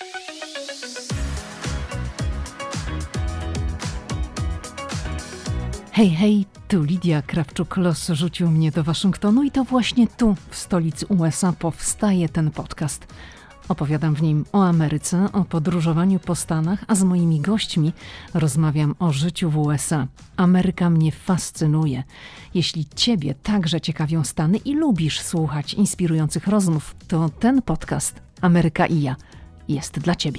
Hej, hej, tu Lidia Krawczuk. Los rzucił mnie do Waszyngtonu i to właśnie tu, w stolicy USA, powstaje ten podcast. Opowiadam w nim o Ameryce, o podróżowaniu po Stanach, a z moimi gośćmi rozmawiam o życiu w USA. Ameryka mnie fascynuje. Jeśli Ciebie także ciekawią Stany i lubisz słuchać inspirujących rozmów, to ten podcast Ameryka i ja jest dla Ciebie.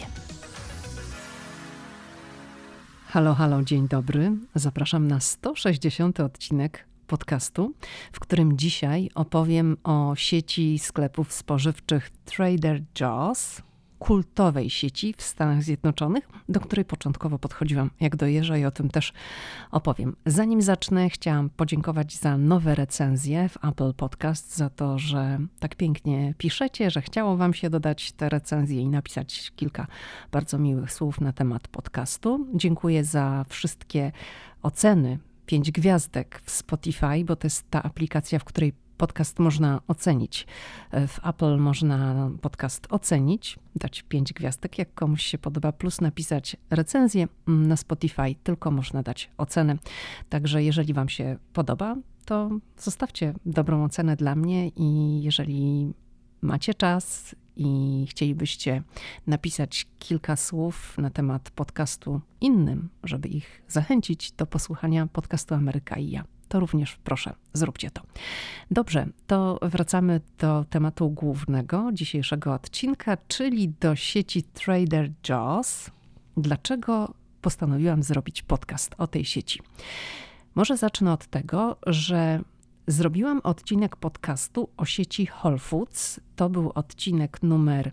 Halo, halo, dzień dobry. Zapraszam na 160. odcinek podcastu, w którym dzisiaj opowiem o sieci sklepów spożywczych Trader Joe's, kultowej sieci w Stanach Zjednoczonych, do której początkowo podchodziłam jak do jeża i o tym też opowiem. Zanim zacznę, chciałam podziękować za nowe recenzje w Apple Podcast, za to, że tak pięknie piszecie, że chciało Wam się dodać te recenzje i napisać kilka bardzo miłych słów na temat podcastu. Dziękuję za wszystkie oceny, 5 gwiazdek w Spotify, bo to jest ta aplikacja, w której podcast można ocenić. W Apple można podcast ocenić, dać 5 gwiazdek, jak komuś się podoba, plus napisać recenzję. Na Spotify tylko można dać ocenę. Także jeżeli Wam się podoba, to zostawcie dobrą ocenę dla mnie i jeżeli macie czas i chcielibyście napisać kilka słów na temat podcastu innym, żeby ich zachęcić do posłuchania podcastu Ameryka i ja, to również proszę, zróbcie to. Dobrze, to wracamy do tematu głównego dzisiejszego odcinka, czyli do sieci Trader Joe's. Dlaczego postanowiłam zrobić podcast o tej sieci? Może zacznę od tego, że zrobiłam odcinek podcastu o sieci Whole Foods. To był odcinek numer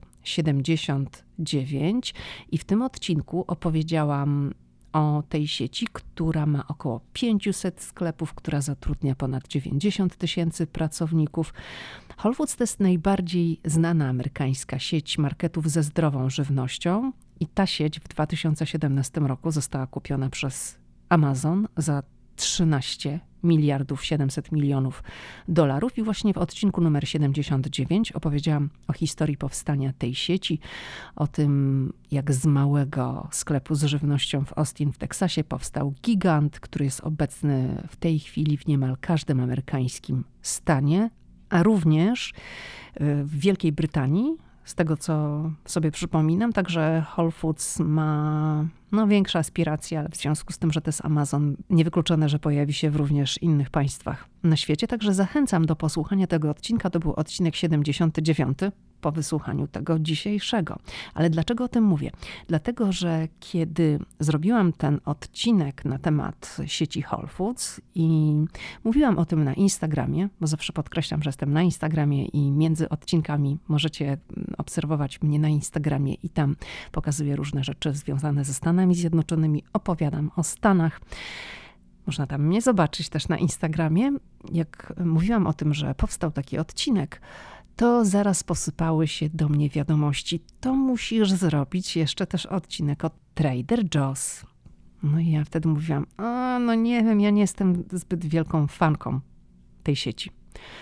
79 i w tym odcinku opowiedziałam o tej sieci, która ma około 500 sklepów, która zatrudnia ponad 90 000 pracowników. Whole Foods to jest najbardziej znana amerykańska sieć marketów ze zdrową żywnością i ta sieć w 2017 roku została kupiona przez Amazon za 13 miliardów 700 milionów dolarów i właśnie w odcinku numer 79 opowiedziałam o historii powstania tej sieci, o tym jak z małego sklepu z żywnością w Austin w Teksasie powstał gigant, który jest obecny w tej chwili w niemal każdym amerykańskim stanie, a również w Wielkiej Brytanii. Z tego, co sobie przypominam, także Whole Foods ma większe aspiracje, ale w związku z tym, że to jest Amazon, niewykluczone, że pojawi się w również innych państwach na świecie. Także zachęcam do posłuchania tego odcinka. To był odcinek 79 po wysłuchaniu tego dzisiejszego. Ale dlaczego o tym mówię? Dlatego, że kiedy zrobiłam ten odcinek na temat sieci Whole Foods i mówiłam o tym na Instagramie, bo zawsze podkreślam, że jestem na Instagramie i między odcinkami możecie obserwować mnie na Instagramie i tam pokazuję różne rzeczy związane ze Stanami Zjednoczonymi, opowiadam o Stanach. Można tam mnie zobaczyć też na Instagramie. Jak mówiłam o tym, że powstał taki odcinek, to zaraz posypały się do mnie wiadomości. To musisz zrobić jeszcze też odcinek o Trader Joe's. No i ja wtedy mówiłam, nie wiem, ja nie jestem zbyt wielką fanką tej sieci.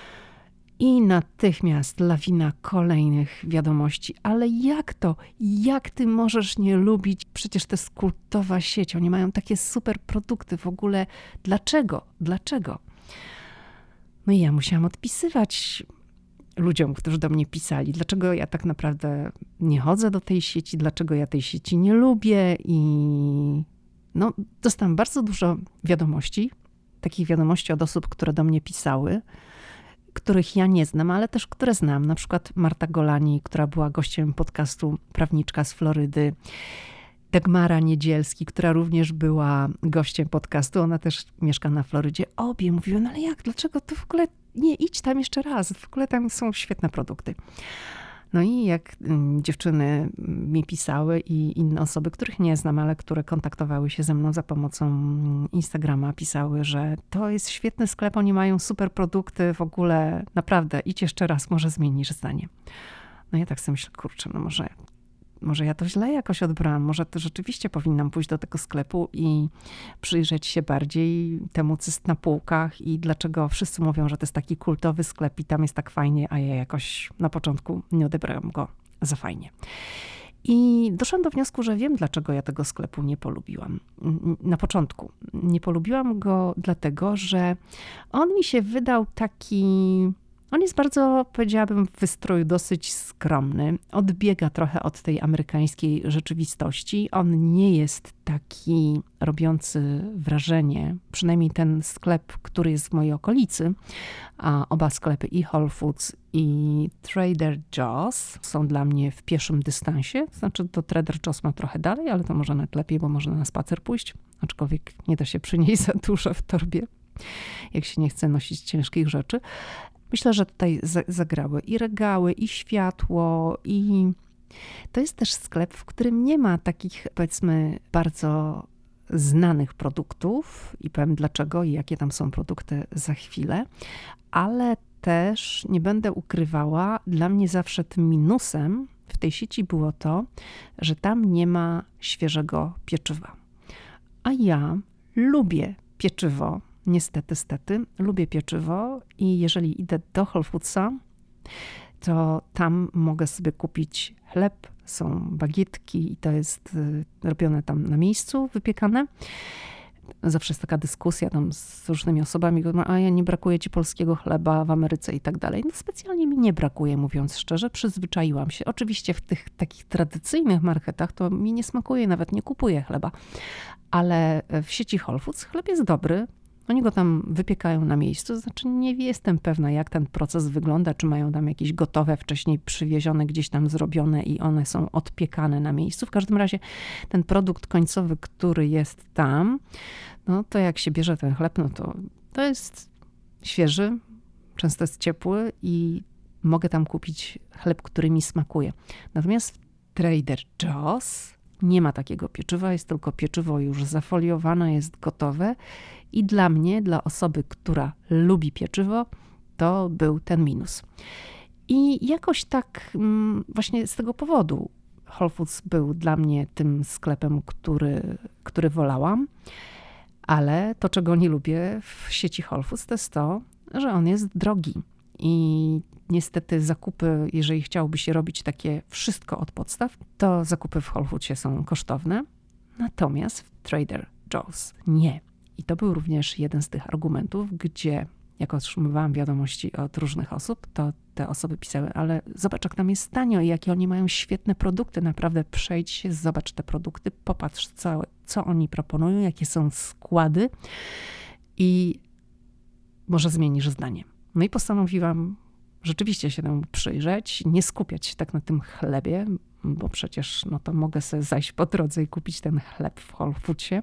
I natychmiast lawina kolejnych wiadomości. Ale jak to? Jak ty możesz nie lubić? Przecież to jest kultowa sieć. Oni mają takie super produkty w ogóle. Dlaczego? Dlaczego? No i ja musiałam odpisywać ludziom, którzy do mnie pisali, dlaczego ja tak naprawdę nie chodzę do tej sieci, dlaczego ja tej sieci nie lubię i dostałam bardzo dużo wiadomości, takich wiadomości od osób, które do mnie pisały, których ja nie znam, ale też które znam, na przykład Marta Golani, która była gościem podcastu, prawniczka z Florydy, Dagmara Niedzielski, która również była gościem podcastu, ona też mieszka na Florydzie. Obie mówiły, ale jak, dlaczego to w ogóle nie idź tam jeszcze raz, w ogóle tam są świetne produkty. No i jak dziewczyny mi pisały i inne osoby, których nie znam, ale które kontaktowały się ze mną za pomocą Instagrama, pisały, że to jest świetny sklep, oni mają super produkty, w ogóle naprawdę idź jeszcze raz, może zmienisz zdanie. No ja tak sobie myślę, kurczę, może ja to źle jakoś odbrałam, może to rzeczywiście powinnam pójść do tego sklepu i przyjrzeć się bardziej temu, co jest na półkach i dlaczego wszyscy mówią, że to jest taki kultowy sklep i tam jest tak fajnie, a ja jakoś na początku nie odebrałam go za fajnie. I doszłam do wniosku, że wiem, dlaczego ja tego sklepu nie polubiłam. Na początku. Nie polubiłam go dlatego, że on mi się wydał taki... On jest bardzo, powiedziałabym, w wystroju dosyć skromny. Odbiega trochę od tej amerykańskiej rzeczywistości. On nie jest taki robiący wrażenie, przynajmniej ten sklep, który jest w mojej okolicy, a oba sklepy i Whole Foods i Trader Joe's są dla mnie w pieszym dystansie. Znaczy do Trader Joe's mam trochę dalej, ale to może nawet lepiej, bo można na spacer pójść, aczkolwiek nie da się przynieść za dużo w torbie, jak się nie chce nosić ciężkich rzeczy. Myślę, że tutaj zagrały i regały, i światło, i to jest też sklep, w którym nie ma takich, powiedzmy, bardzo znanych produktów i powiem dlaczego i jakie tam są produkty za chwilę, ale też nie będę ukrywała, dla mnie zawsze tym minusem w tej sieci było to, że tam nie ma świeżego pieczywa. A ja lubię pieczywo. Niestety, lubię pieczywo i jeżeli idę do Whole Foodsa, to tam mogę sobie kupić chleb, są bagietki i to jest robione tam na miejscu, wypiekane. Zawsze jest taka dyskusja tam z różnymi osobami, a ja nie brakuje ci polskiego chleba w Ameryce i tak dalej. No specjalnie mi nie brakuje, mówiąc szczerze, przyzwyczaiłam się. Oczywiście w tych takich tradycyjnych marketach to mi nie smakuje, nawet nie kupuję chleba, ale w sieci Whole Foods chleb jest dobry. Oni go tam wypiekają na miejscu, znaczy nie jestem pewna, jak ten proces wygląda, czy mają tam jakieś gotowe, wcześniej przywiezione, gdzieś tam zrobione i one są odpiekane na miejscu. W każdym razie ten produkt końcowy, który jest tam, no to jak się bierze ten chleb, no to jest świeży, często jest ciepły i mogę tam kupić chleb, który mi smakuje. Natomiast w Trader Joe's nie ma takiego pieczywa, jest tylko pieczywo już zafoliowane, jest gotowe. I dla mnie, dla osoby, która lubi pieczywo, to był ten minus. I jakoś tak właśnie z tego powodu Whole Foods był dla mnie tym sklepem, który wolałam. Ale to, czego nie lubię w sieci Whole Foods, to jest to, że on jest drogi. I niestety zakupy, jeżeli chciałoby się robić takie wszystko od podstaw, to zakupy w Whole Foodsie są kosztowne. Natomiast w Trader Joe's nie. I to był również jeden z tych argumentów, gdzie jak otrzymywałam wiadomości od różnych osób, to te osoby pisały, ale zobacz, jak tam jest tanio i jakie oni mają świetne produkty. Naprawdę przejdź się, zobacz te produkty, popatrz, co oni proponują, jakie są składy i może zmienisz zdanie. No i postanowiłam rzeczywiście się temu przyjrzeć, nie skupiać się tak na tym chlebie, bo przecież no to mogę sobie zajść po drodze i kupić ten chleb w Whole Foodsie,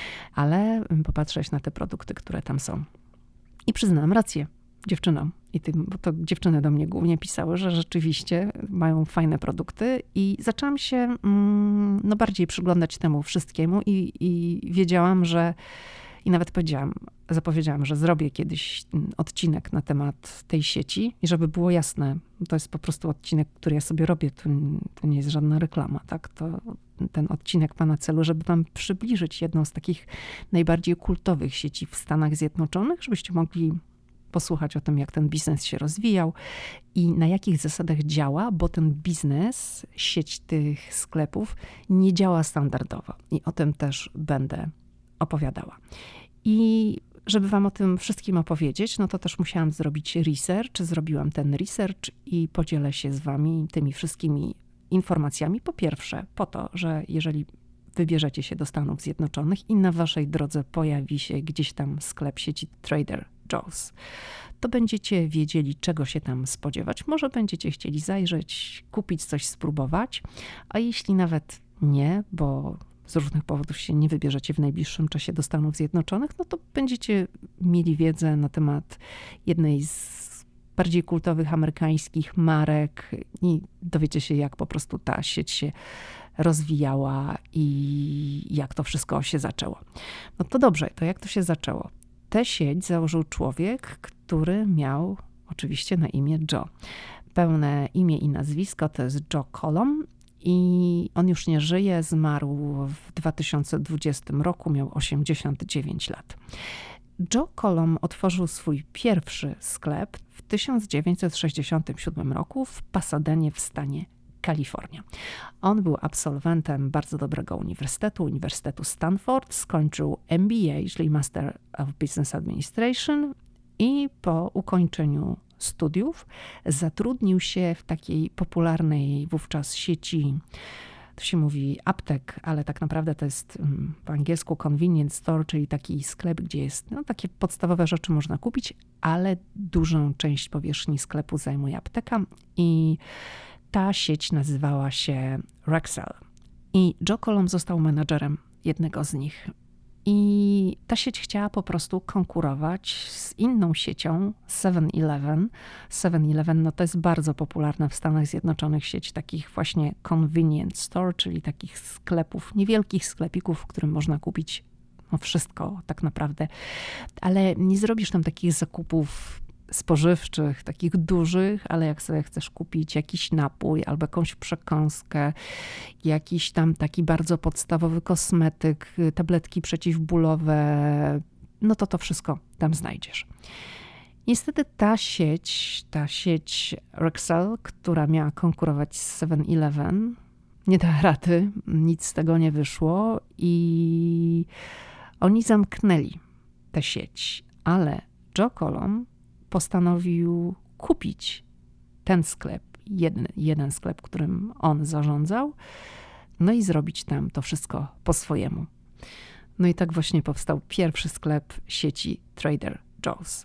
ale popatrzeć na te produkty, które tam są. I przyznałam rację dziewczynom i tym, bo to dziewczyny do mnie głównie pisały, że rzeczywiście mają fajne produkty i zaczęłam się no bardziej przyglądać temu wszystkiemu i wiedziałam, że i nawet zapowiedziałam, że zrobię kiedyś odcinek na temat tej sieci i żeby było jasne, to jest po prostu odcinek, który ja sobie robię, to nie jest żadna reklama, tak? To ten odcinek ma na celu, żeby wam przybliżyć jedną z takich najbardziej kultowych sieci w Stanach Zjednoczonych, żebyście mogli posłuchać o tym, jak ten biznes się rozwijał i na jakich zasadach działa, bo ten biznes, sieć tych sklepów nie działa standardowo i o tym też będę opowiadała. I żeby wam o tym wszystkim opowiedzieć, no to też musiałam zrobić research, zrobiłam ten research i podzielę się z wami tymi wszystkimi informacjami. Po pierwsze, po to, że jeżeli wybierzecie się do Stanów Zjednoczonych i na waszej drodze pojawi się gdzieś tam sklep sieci Trader Joe's, to będziecie wiedzieli, czego się tam spodziewać. Może będziecie chcieli zajrzeć, kupić coś, spróbować, a jeśli nawet nie, bo z różnych powodów się nie wybierzecie w najbliższym czasie do Stanów Zjednoczonych, no to będziecie mieli wiedzę na temat jednej z bardziej kultowych amerykańskich marek i dowiecie się, jak po prostu ta sieć się rozwijała i jak to wszystko się zaczęło. No to dobrze, to jak to się zaczęło? Tę sieć założył człowiek, który miał oczywiście na imię Joe. Pełne imię i nazwisko to jest Joe Colom i on już nie żyje, zmarł w 2020 roku, miał 89 lat. Joe Colom otworzył swój pierwszy sklep w 1967 roku w Pasadenie w stanie Kalifornia. On był absolwentem bardzo dobrego Uniwersytetu Stanford, skończył MBA, czyli Master of Business Administration i po ukończeniu studiów zatrudnił się w takiej popularnej wówczas sieci, to się mówi aptek, ale tak naprawdę to jest po angielsku convenience store, czyli taki sklep, gdzie jest takie podstawowe rzeczy można kupić, ale dużą część powierzchni sklepu zajmuje apteka i ta sieć nazywała się Rexel. I Joe Colom został menadżerem jednego z nich. I ta sieć chciała po prostu konkurować z inną siecią, 7-Eleven. 7-Eleven to jest bardzo popularna w Stanach Zjednoczonych sieć takich właśnie convenience store, czyli takich sklepów, niewielkich sklepików, w którym można kupić wszystko tak naprawdę. Ale nie zrobisz tam takich zakupów spożywczych, takich dużych, ale jak sobie chcesz kupić jakiś napój albo jakąś przekąskę, jakiś tam taki bardzo podstawowy kosmetyk, tabletki przeciwbólowe, to wszystko tam znajdziesz. Niestety ta sieć Rexel, która miała konkurować z 7-Eleven, nie dała rady, nic z tego nie wyszło i oni zamknęli tę sieć, ale Joe Colom postanowił kupić ten sklep, jeden sklep, którym on zarządzał, i zrobić tam to wszystko po swojemu. I tak właśnie powstał pierwszy sklep sieci Trader Joe's.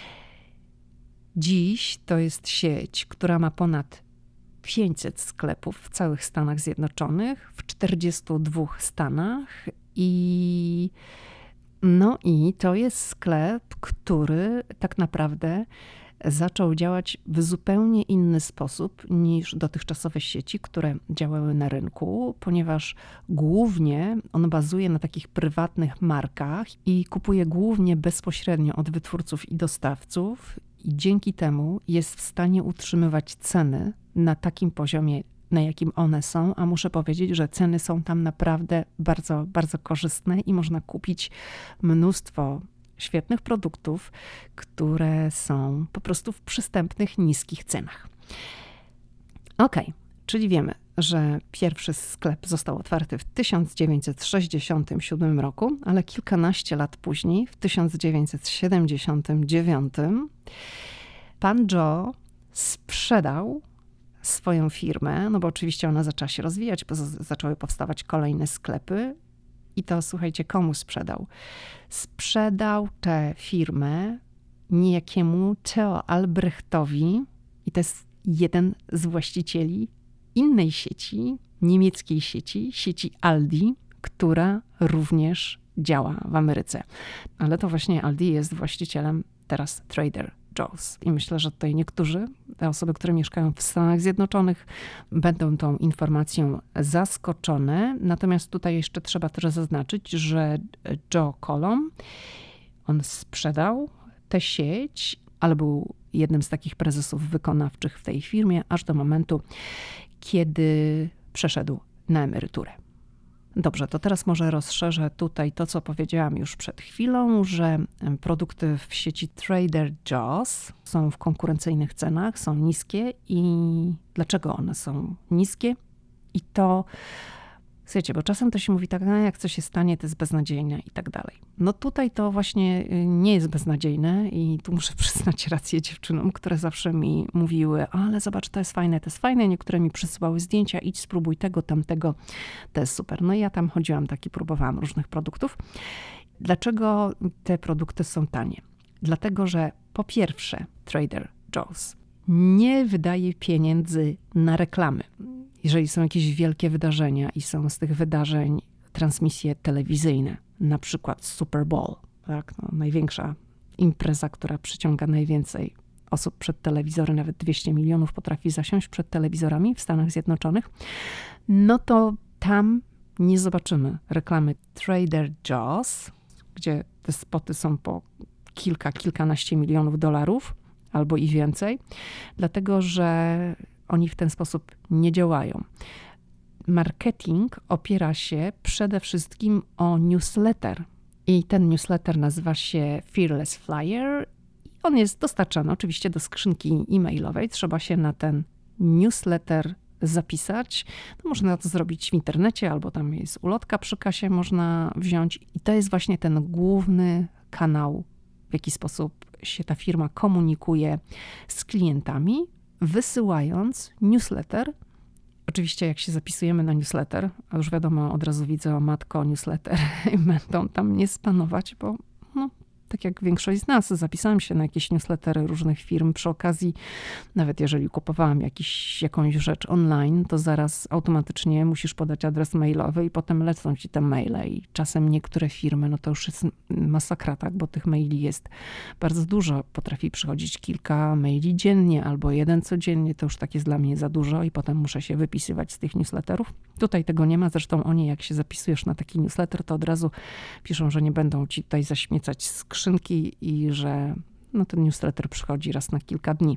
Dziś to jest sieć, która ma ponad 500 sklepów w całych Stanach Zjednoczonych, w 42 stanach i to jest sklep, który tak naprawdę zaczął działać w zupełnie inny sposób niż dotychczasowe sieci, które działały na rynku, ponieważ głównie on bazuje na takich prywatnych markach i kupuje głównie bezpośrednio od wytwórców i dostawców i dzięki temu jest w stanie utrzymywać ceny na takim poziomie, na jakim one są, a muszę powiedzieć, że ceny są tam naprawdę bardzo, bardzo korzystne i można kupić mnóstwo świetnych produktów, które są po prostu w przystępnych, niskich cenach. Czyli wiemy, że pierwszy sklep został otwarty w 1967 roku, ale kilkanaście lat później, w 1979, pan Joe sprzedał swoją firmę, bo oczywiście ona zaczęła się rozwijać, bo zaczęły powstawać kolejne sklepy. I to, słuchajcie, komu sprzedał? Sprzedał tę firmę niejakiemu Theo Albrechtowi i to jest jeden z właścicieli innej sieci, niemieckiej sieci Aldi, która również działa w Ameryce. Ale to właśnie Aldi jest właścicielem teraz Trader Joe's. I myślę, że tutaj te osoby, które mieszkają w Stanach Zjednoczonych, będą tą informacją zaskoczone. Natomiast tutaj jeszcze trzeba też zaznaczyć, że Joe Colom, on sprzedał tę sieć, ale był jednym z takich prezesów wykonawczych w tej firmie, aż do momentu, kiedy przeszedł na emeryturę. Dobrze, to teraz może rozszerzę tutaj to, co powiedziałam już przed chwilą, że produkty w sieci Trader Joe's są w konkurencyjnych cenach, są niskie i dlaczego one są niskie? I to, słuchajcie, bo czasem to się mówi tak, jak coś się stanie, to jest beznadziejne i tak dalej. Tutaj to właśnie nie jest beznadziejne i tu muszę przyznać rację dziewczynom, które zawsze mi mówiły, ale zobacz, to jest fajne. Niektóre mi przysyłały zdjęcia, idź spróbuj tego, tamtego, to jest super. I ja tam chodziłam próbowałam różnych produktów. Dlaczego te produkty są tanie? Dlatego, że po pierwsze Trader Joe's nie wydaje pieniędzy na reklamy. Jeżeli są jakieś wielkie wydarzenia i są z tych wydarzeń transmisje telewizyjne, na przykład Super Bowl, tak? Największa impreza, która przyciąga najwięcej osób przed telewizory, nawet 200 milionów potrafi zasiąść przed telewizorami w Stanach Zjednoczonych, to tam nie zobaczymy reklamy Trader Joe's, gdzie te spoty są po kilkanaście milionów dolarów albo i więcej, dlatego że oni w ten sposób nie działają. Marketing opiera się przede wszystkim o newsletter. I ten newsletter nazywa się Fearless Flyer. On jest dostarczany oczywiście do skrzynki e-mailowej. Trzeba się na ten newsletter zapisać. No, można to zrobić w internecie, albo tam jest ulotka przy kasie, można wziąć. I to jest właśnie ten główny kanał, w jaki sposób się ta firma komunikuje z klientami, wysyłając newsletter. Oczywiście jak się zapisujemy na newsletter, a już wiadomo, od razu widzę, o matko, newsletter i będą tam nie spanować, bo tak jak większość z nas, zapisałam się na jakieś newslettery różnych firm. Przy okazji, nawet jeżeli kupowałam jakąś rzecz online, to zaraz automatycznie musisz podać adres mailowy i potem lecą ci te maile. I czasem niektóre firmy, no to już jest masakra, tak? Bo tych maili jest bardzo dużo. Potrafi przychodzić kilka maili dziennie albo jeden codziennie. To już tak jest dla mnie za dużo i potem muszę się wypisywać z tych newsletterów. Tutaj tego nie ma. Zresztą oni, jak się zapisujesz na taki newsletter, to od razu piszą, że nie będą ci tutaj zaśmiecać skrzynki i że ten newsletter przychodzi raz na kilka dni.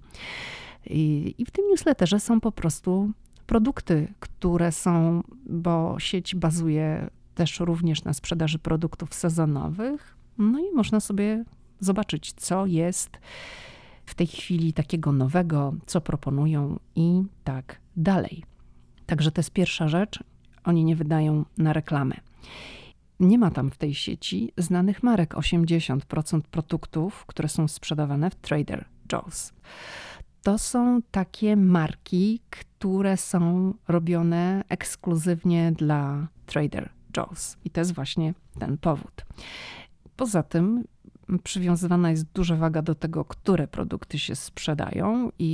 I w tym newsletterze są po prostu produkty, które są, bo sieć bazuje też również na sprzedaży produktów sezonowych. No i można sobie zobaczyć, co jest w tej chwili takiego nowego, co proponują i tak dalej. Także to jest pierwsza rzecz. Oni nie wydają na reklamę. Nie ma tam w tej sieci znanych marek. 80% produktów, które są sprzedawane w Trader Joe's. To są takie marki, które są robione ekskluzywnie dla Trader Joe's. I to jest właśnie ten powód. Poza tym przywiązywana jest duża waga do tego, które produkty się sprzedają i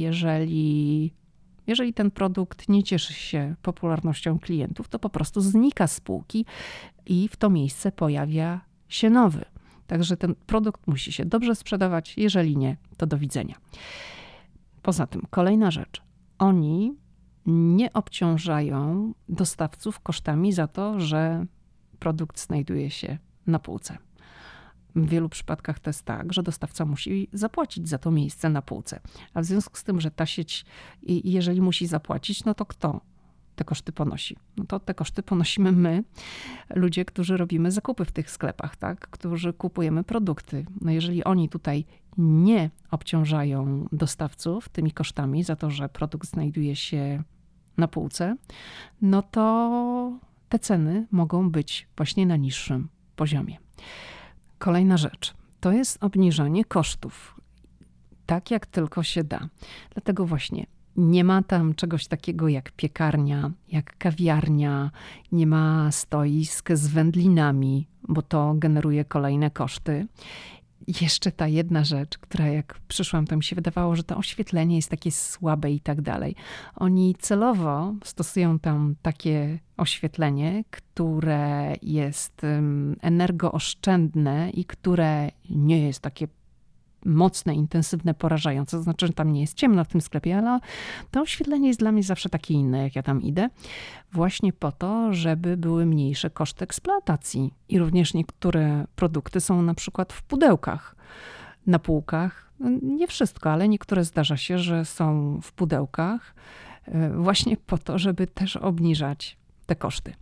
jeżeli ten produkt nie cieszy się popularnością klientów, to po prostu znika z półki i w to miejsce pojawia się nowy. Także ten produkt musi się dobrze sprzedawać, jeżeli nie, to do widzenia. Poza tym, kolejna rzecz. Oni nie obciążają dostawców kosztami za to, że produkt znajduje się na półce. W wielu przypadkach to jest tak, że dostawca musi zapłacić za to miejsce na półce. A w związku z tym, że ta sieć, jeżeli musi zapłacić, no to kto te koszty ponosi? No to te koszty ponosimy my, ludzie, którzy robimy zakupy w tych sklepach, tak? Którzy kupujemy produkty. No jeżeli oni tutaj nie obciążają dostawców tymi kosztami za to, że produkt znajduje się na półce, no to te ceny mogą być właśnie na niższym poziomie. Kolejna rzecz, to jest obniżanie kosztów, tak jak tylko się da. Dlatego właśnie nie ma tam czegoś takiego jak piekarnia, jak kawiarnia, nie ma stoisk z wędlinami, bo to generuje kolejne koszty. Jeszcze ta jedna rzecz, która jak przyszłam, to mi się wydawało, że to oświetlenie jest takie słabe i tak dalej. Oni celowo stosują tam takie oświetlenie, które jest energooszczędne i które nie jest takie mocne, intensywne, porażające. To znaczy, że tam nie jest ciemno w tym sklepie, ale to oświetlenie jest dla mnie zawsze takie inne, jak ja tam idę. Właśnie po to, żeby były mniejsze koszty eksploatacji. I również niektóre produkty są na przykład w pudełkach, na półkach. Nie wszystko, ale niektóre zdarza się, że są w pudełkach właśnie po to, żeby też obniżać te koszty.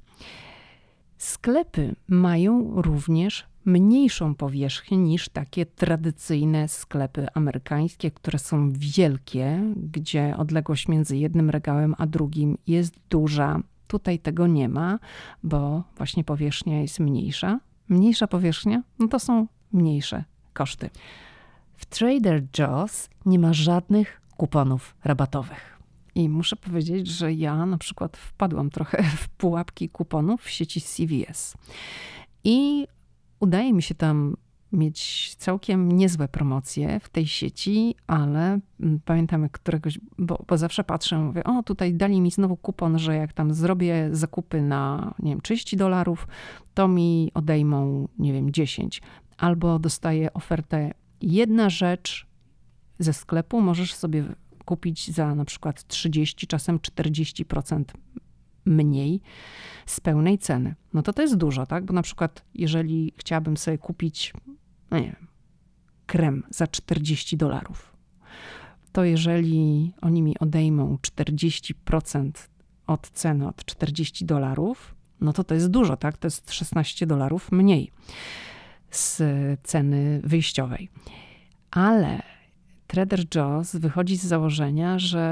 Sklepy mają również mniejszą powierzchnię niż takie tradycyjne sklepy amerykańskie, które są wielkie, gdzie odległość między jednym regałem a drugim jest duża. Tutaj tego nie ma, bo właśnie powierzchnia jest mniejsza. Mniejsza powierzchnia, no to są mniejsze koszty. W Trader Joe's nie ma żadnych kuponów rabatowych. I muszę powiedzieć, że ja na przykład wpadłam trochę w pułapki kuponów w sieci CVS. I udaje mi się tam mieć całkiem niezłe promocje w tej sieci, ale pamiętam jak któregoś, bo zawsze patrzę, mówię, o tutaj dali mi znowu kupon, że jak tam zrobię zakupy na, nie wiem, $30, to mi odejmą, nie wiem, 10. Albo dostaję ofertę, jedna rzecz ze sklepu możesz sobie kupić za na przykład 30, czasem 40% mniej z pełnej ceny. No to jest dużo, tak? Bo na przykład jeżeli chciałabym sobie kupić, no nie wiem, krem za $40, to jeżeli oni mi odejmą 40% od ceny, od $40, no to jest dużo, tak? To jest $16 mniej z ceny wyjściowej. Ale Trader Joe's wychodzi z założenia, że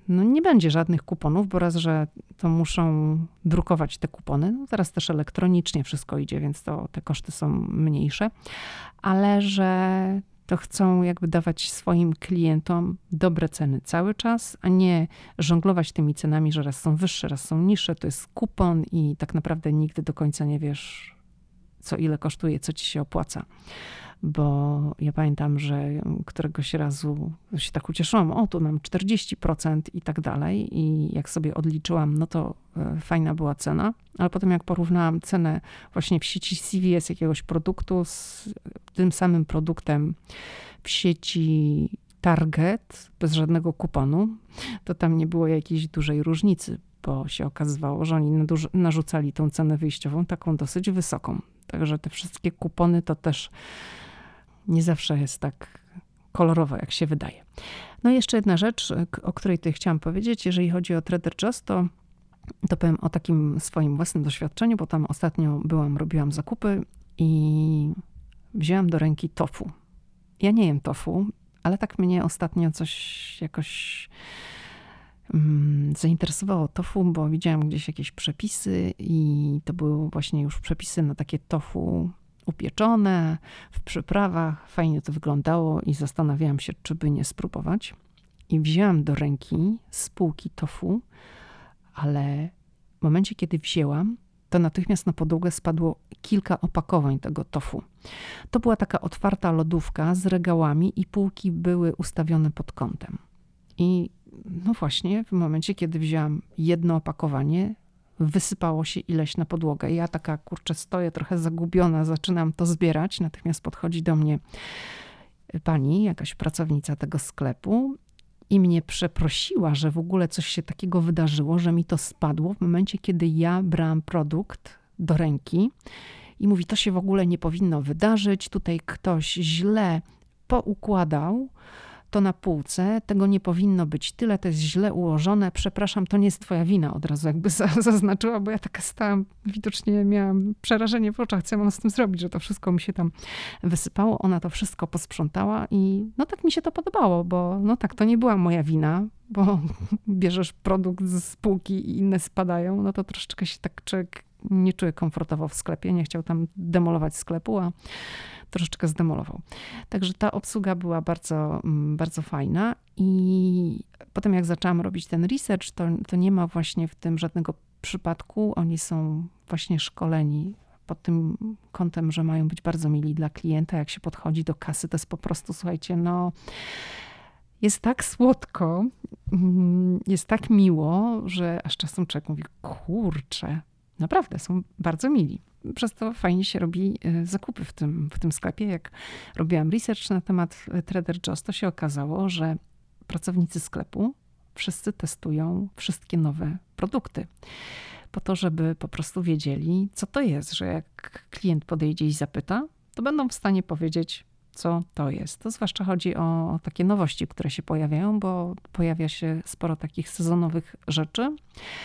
no nie będzie żadnych kuponów, bo raz, że to muszą drukować te kupony. No teraz też elektronicznie wszystko idzie, więc te koszty są mniejsze, ale że to chcą jakby dawać swoim klientom dobre ceny cały czas, a nie żonglować tymi cenami, że raz są wyższe, raz są niższe. To jest kupon i tak naprawdę nigdy do końca nie wiesz, co ile kosztuje, co ci się opłaca. Bo ja pamiętam, że któregoś razu się tak ucieszyłam, o tu mam 40% i tak dalej. I jak sobie odliczyłam, no to fajna była cena. Ale potem jak porównałam cenę właśnie w sieci CVS jakiegoś produktu z tym samym produktem w sieci Target, bez żadnego kuponu, to tam nie było jakiejś dużej różnicy, bo się okazywało, że oni narzucali tą cenę wyjściową taką dosyć wysoką. Także te wszystkie kupony to też nie zawsze jest tak kolorowo, jak się wydaje. No i jeszcze jedna rzecz, o której tutaj chciałam powiedzieć. Jeżeli chodzi o Trader Joe's, to powiem o takim swoim własnym doświadczeniu, bo tam ostatnio robiłam zakupy i wzięłam do ręki tofu. Ja nie jem tofu, ale tak mnie ostatnio coś jakoś zainteresowało tofu, bo widziałam gdzieś jakieś przepisy i to były właśnie już przepisy na takie tofu upieczone, w przyprawach. Fajnie to wyglądało i zastanawiałam się, czy by nie spróbować. I wzięłam do ręki z półki tofu, ale w momencie, kiedy wzięłam, to natychmiast na podłogę spadło kilka opakowań tego tofu. To była taka otwarta lodówka z regałami i półki były ustawione pod kątem. I no właśnie, w momencie, kiedy wzięłam jedno opakowanie, wysypało się ileś na podłogę. Ja taka, stoję trochę zagubiona, zaczynam to zbierać. Natychmiast podchodzi do mnie pani, jakaś pracownica tego sklepu i mnie przeprosiła, że w ogóle coś się takiego wydarzyło, że mi to spadło w momencie, kiedy ja brałam produkt do ręki i mówi, to się w ogóle nie powinno wydarzyć. Tutaj ktoś źle poukładał to na półce, tego nie powinno być tyle, to jest źle ułożone, przepraszam, to nie jest twoja wina, od razu jakby zaznaczyła, bo ja taka stałam, widocznie miałam przerażenie w oczach, co ja mam z tym zrobić, że to wszystko mi się tam wysypało, ona to wszystko posprzątała i no tak mi się to podobało, bo no tak, to nie była moja wina, bo bierzesz produkt z półki i inne spadają, no to troszeczkę się tak człowiek nie czuje komfortowo w sklepie, nie chciał tam demolować sklepu, a troszeczkę zdemolował. Także ta obsługa była bardzo, bardzo fajna i potem jak zaczęłam robić ten research, to nie ma właśnie w tym żadnego przypadku. Oni są właśnie szkoleni pod tym kątem, że mają być bardzo mili dla klienta. Jak się podchodzi do kasy, to jest po prostu, słuchajcie, no jest tak słodko, jest tak miło, że aż czasem człowiek mówi, kurczę, naprawdę są bardzo mili. Przez to fajnie się robi zakupy w tym sklepie. Jak robiłam research na temat Trader Joe's, to się okazało, że pracownicy sklepu wszyscy testują wszystkie nowe produkty. Po to, żeby po prostu wiedzieli, co to jest, że jak klient podejdzie i zapyta, to będą w stanie powiedzieć, co to jest. To zwłaszcza chodzi o takie nowości, które się pojawiają, bo pojawia się sporo takich sezonowych rzeczy.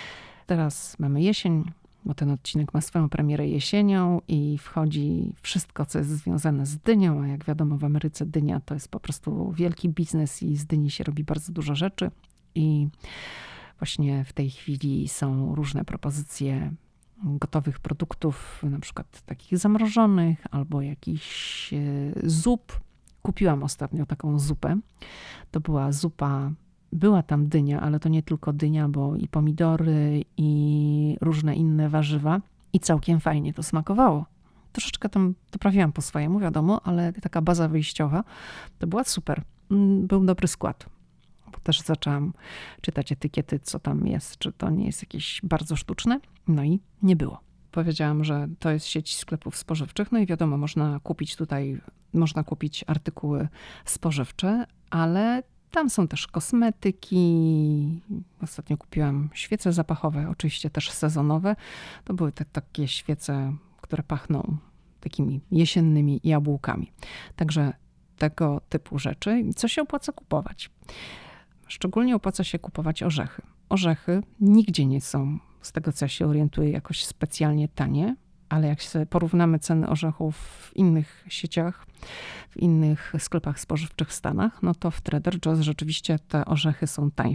Teraz mamy jesień, bo ten odcinek ma swoją premierę jesienią i wchodzi wszystko, co jest związane z dynią, a jak wiadomo w Ameryce dynia to jest po prostu wielki biznes i z dyni się robi bardzo dużo rzeczy i właśnie w tej chwili są różne propozycje gotowych produktów, na przykład takich zamrożonych albo jakichś zup. Kupiłam ostatnio taką zupę. To była zupa. Była tam dynia, ale to nie tylko dynia, bo i pomidory, i różne inne warzywa. I całkiem fajnie to smakowało. Troszeczkę tam doprawiłam po swojemu, wiadomo, ale taka baza wyjściowa to była super. Był dobry skład. Bo też zaczęłam czytać etykiety, co tam jest, czy to nie jest jakieś bardzo sztuczne. No i nie było. Powiedziałam, że to jest sieć sklepów spożywczych. No i wiadomo, można kupić artykuły spożywcze, ale tam są też kosmetyki. Ostatnio kupiłam świece zapachowe, oczywiście też sezonowe. To były takie świece, które pachną takimi jesiennymi jabłkami. Także tego typu rzeczy. Co się opłaca kupować? Szczególnie opłaca się kupować orzechy. Orzechy nigdzie nie są, z tego co ja się orientuję, jakoś specjalnie tanie, ale jak sobie porównamy ceny orzechów w innych sieciach, w innych sklepach spożywczych w Stanach, no to w Trader Joe's rzeczywiście te orzechy są tańsze.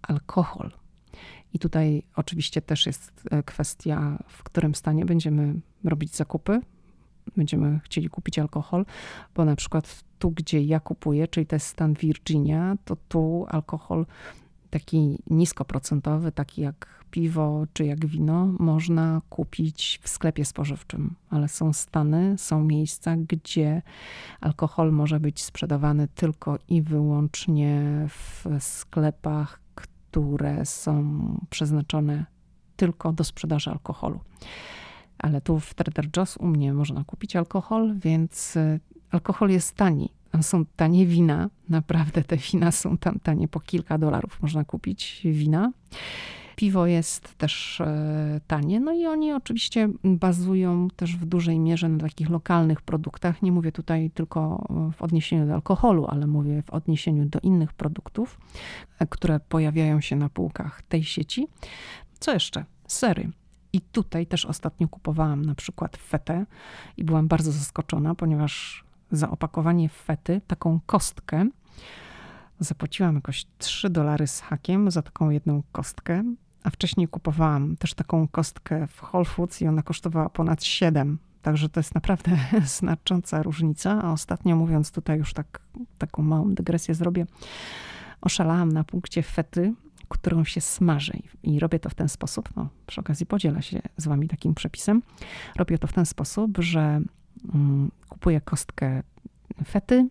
alkohol. I tutaj oczywiście też jest kwestia, w którym stanie będziemy robić zakupy. Będziemy chcieli kupić alkohol, bo na przykład tu, gdzie ja kupuję, czyli to jest stan Virginia, to tu alkohol taki niskoprocentowy, taki jak piwo czy jak wino, można kupić w sklepie spożywczym. Ale są stany, są miejsca, gdzie alkohol może być sprzedawany tylko i wyłącznie w sklepach, które są przeznaczone tylko do sprzedaży alkoholu. Ale tu w Trader Joe's u mnie można kupić alkohol, więc alkohol jest tani. Tam są tanie wina, naprawdę te wina są tam tanie, po kilka dolarów można kupić wina. Piwo jest też tanie, no i oni oczywiście bazują też w dużej mierze na takich lokalnych produktach. Nie mówię tutaj tylko w odniesieniu do alkoholu, ale mówię w odniesieniu do innych produktów, które pojawiają się na półkach tej sieci. Co jeszcze? Sery. I tutaj też ostatnio kupowałam na przykład fetę i byłam bardzo zaskoczona, ponieważ za opakowanie fety, taką kostkę, zapłaciłam jakoś $3 z hakiem za taką jedną kostkę, a wcześniej kupowałam też taką kostkę w Whole Foods i ona kosztowała ponad 7. Także to jest naprawdę znacząca różnica. A ostatnio, mówiąc tutaj już taką małą dygresję zrobię, oszalałam na punkcie fety, którą się smaży. I robię to w ten sposób, no, przy okazji podzielę się z wami takim przepisem. Robię to w ten sposób, że kupuję kostkę fety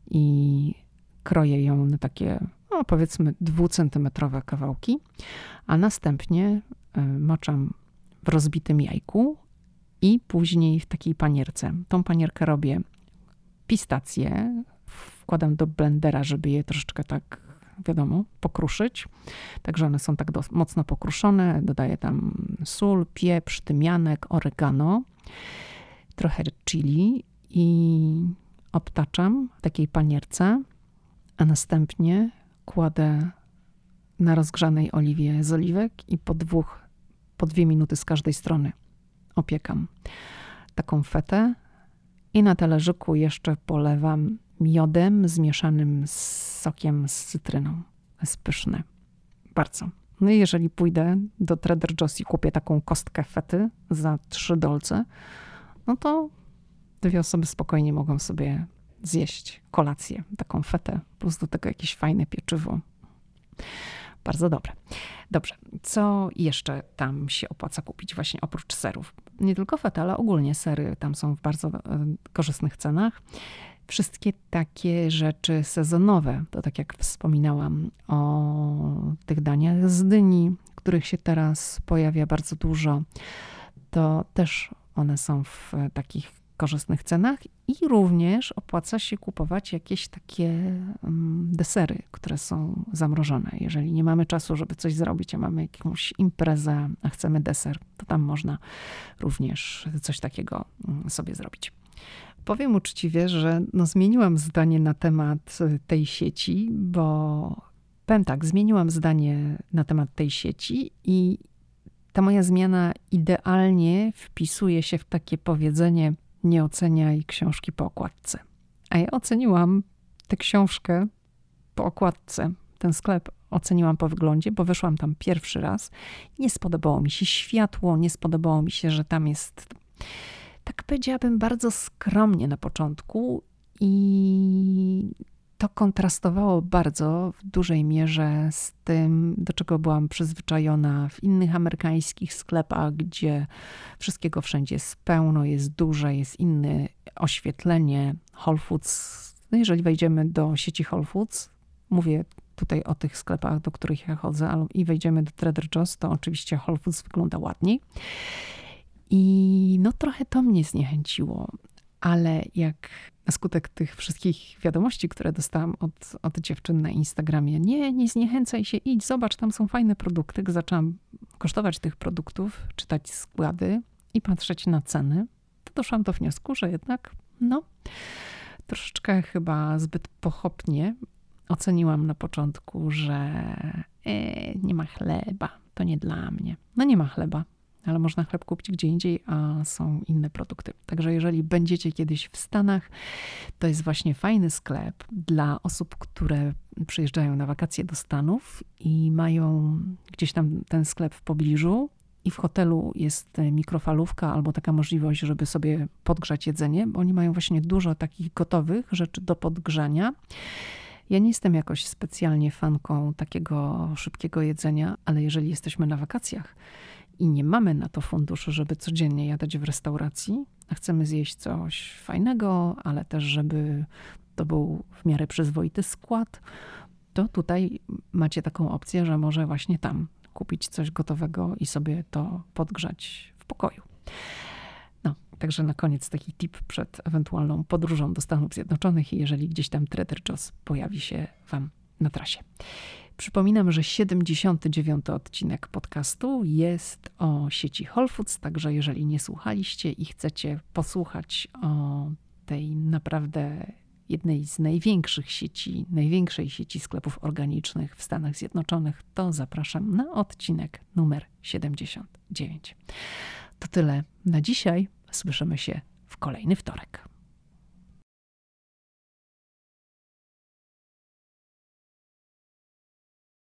i kroję ją na takie, no, powiedzmy 2-centymetrowe kawałki, a następnie maczam w rozbitym jajku i później w takiej panierce. Tą panierkę robię pistacje, wkładam do blendera, żeby je troszeczkę tak, wiadomo, pokruszyć. Także one są tak mocno pokruszone. Dodaję tam sól, pieprz, tymianek, oregano, trochę chili i obtaczam w takiej panierce, a następnie kładę na rozgrzanej oliwie z oliwek i po 2 minuty z każdej strony opiekam taką fetę i na talerzyku jeszcze polewam miodem zmieszanym z sokiem z cytryną. Jest pyszne. Bardzo. No i jeżeli pójdę do Trader Joe's i kupię taką kostkę fety za $3, no to 2 osoby spokojnie mogą sobie zjeść kolację, taką fetę, plus do tego jakieś fajne pieczywo. Bardzo dobre. Dobrze, co jeszcze tam się opłaca kupić właśnie oprócz serów? Nie tylko feta, ale ogólnie sery tam są w bardzo korzystnych cenach. Wszystkie takie rzeczy sezonowe, to tak jak wspominałam o tych daniach z dyni, których się teraz pojawia bardzo dużo, to też one są w takich korzystnych cenach i również opłaca się kupować jakieś takie desery, które są zamrożone. Jeżeli nie mamy czasu, żeby coś zrobić, a mamy jakąś imprezę, a chcemy deser, to tam można również coś takiego sobie zrobić. Powiem uczciwie, że zmieniłam zdanie na temat tej sieci, bo powiem tak, zmieniłam zdanie na temat tej sieci i ta moja zmiana idealnie wpisuje się w takie powiedzenie: nie oceniaj książki po okładce. A ja oceniłam tę książkę po okładce. Ten sklep oceniłam po wyglądzie, bo wyszłam tam pierwszy raz. Nie spodobało mi się światło, nie spodobało mi się, że tam jest, tak powiedziałabym, bardzo skromnie na początku i to kontrastowało bardzo w dużej mierze z tym, do czego byłam przyzwyczajona w innych amerykańskich sklepach, gdzie wszystkiego wszędzie jest pełno, jest duże, jest inne oświetlenie. Whole Foods, no jeżeli wejdziemy do sieci Whole Foods, mówię tutaj o tych sklepach, do których ja chodzę, ale i wejdziemy do Trader Joe's, to oczywiście Whole Foods wygląda ładniej. I no trochę to mnie zniechęciło, ale jak na skutek tych wszystkich wiadomości, które dostałam od dziewczyn na Instagramie, nie zniechęcaj się, idź, zobacz, tam są fajne produkty. Zaczęłam kosztować tych produktów, czytać składy i patrzeć na ceny. To doszłam do wniosku, że jednak troszeczkę chyba zbyt pochopnie oceniłam na początku, że nie ma chleba, to nie dla mnie. No nie ma chleba. ale można chleb kupić gdzie indziej, a są inne produkty. Także jeżeli będziecie kiedyś w Stanach, to jest właśnie fajny sklep dla osób, które przyjeżdżają na wakacje do Stanów i mają gdzieś tam ten sklep w pobliżu i w hotelu jest mikrofalówka albo taka możliwość, żeby sobie podgrzać jedzenie, bo oni mają właśnie dużo takich gotowych rzeczy do podgrzania. Ja nie jestem jakoś specjalnie fanką takiego szybkiego jedzenia, ale jeżeli jesteśmy na wakacjach i nie mamy na to funduszy, żeby codziennie jadać w restauracji, a chcemy zjeść coś fajnego, ale też żeby to był w miarę przyzwoity skład, to tutaj macie taką opcję, że może właśnie tam kupić coś gotowego i sobie to podgrzać w pokoju. No, także na koniec taki tip przed ewentualną podróżą do Stanów Zjednoczonych i jeżeli gdzieś tam Trader Joe's pojawi się wam na trasie. Przypominam, że 79. odcinek podcastu jest o sieci Whole Foods, także jeżeli nie słuchaliście i chcecie posłuchać o tej naprawdę jednej z największej sieci sklepów organicznych w Stanach Zjednoczonych, to zapraszam na odcinek numer 79. To tyle na dzisiaj. Słyszymy się w kolejny wtorek.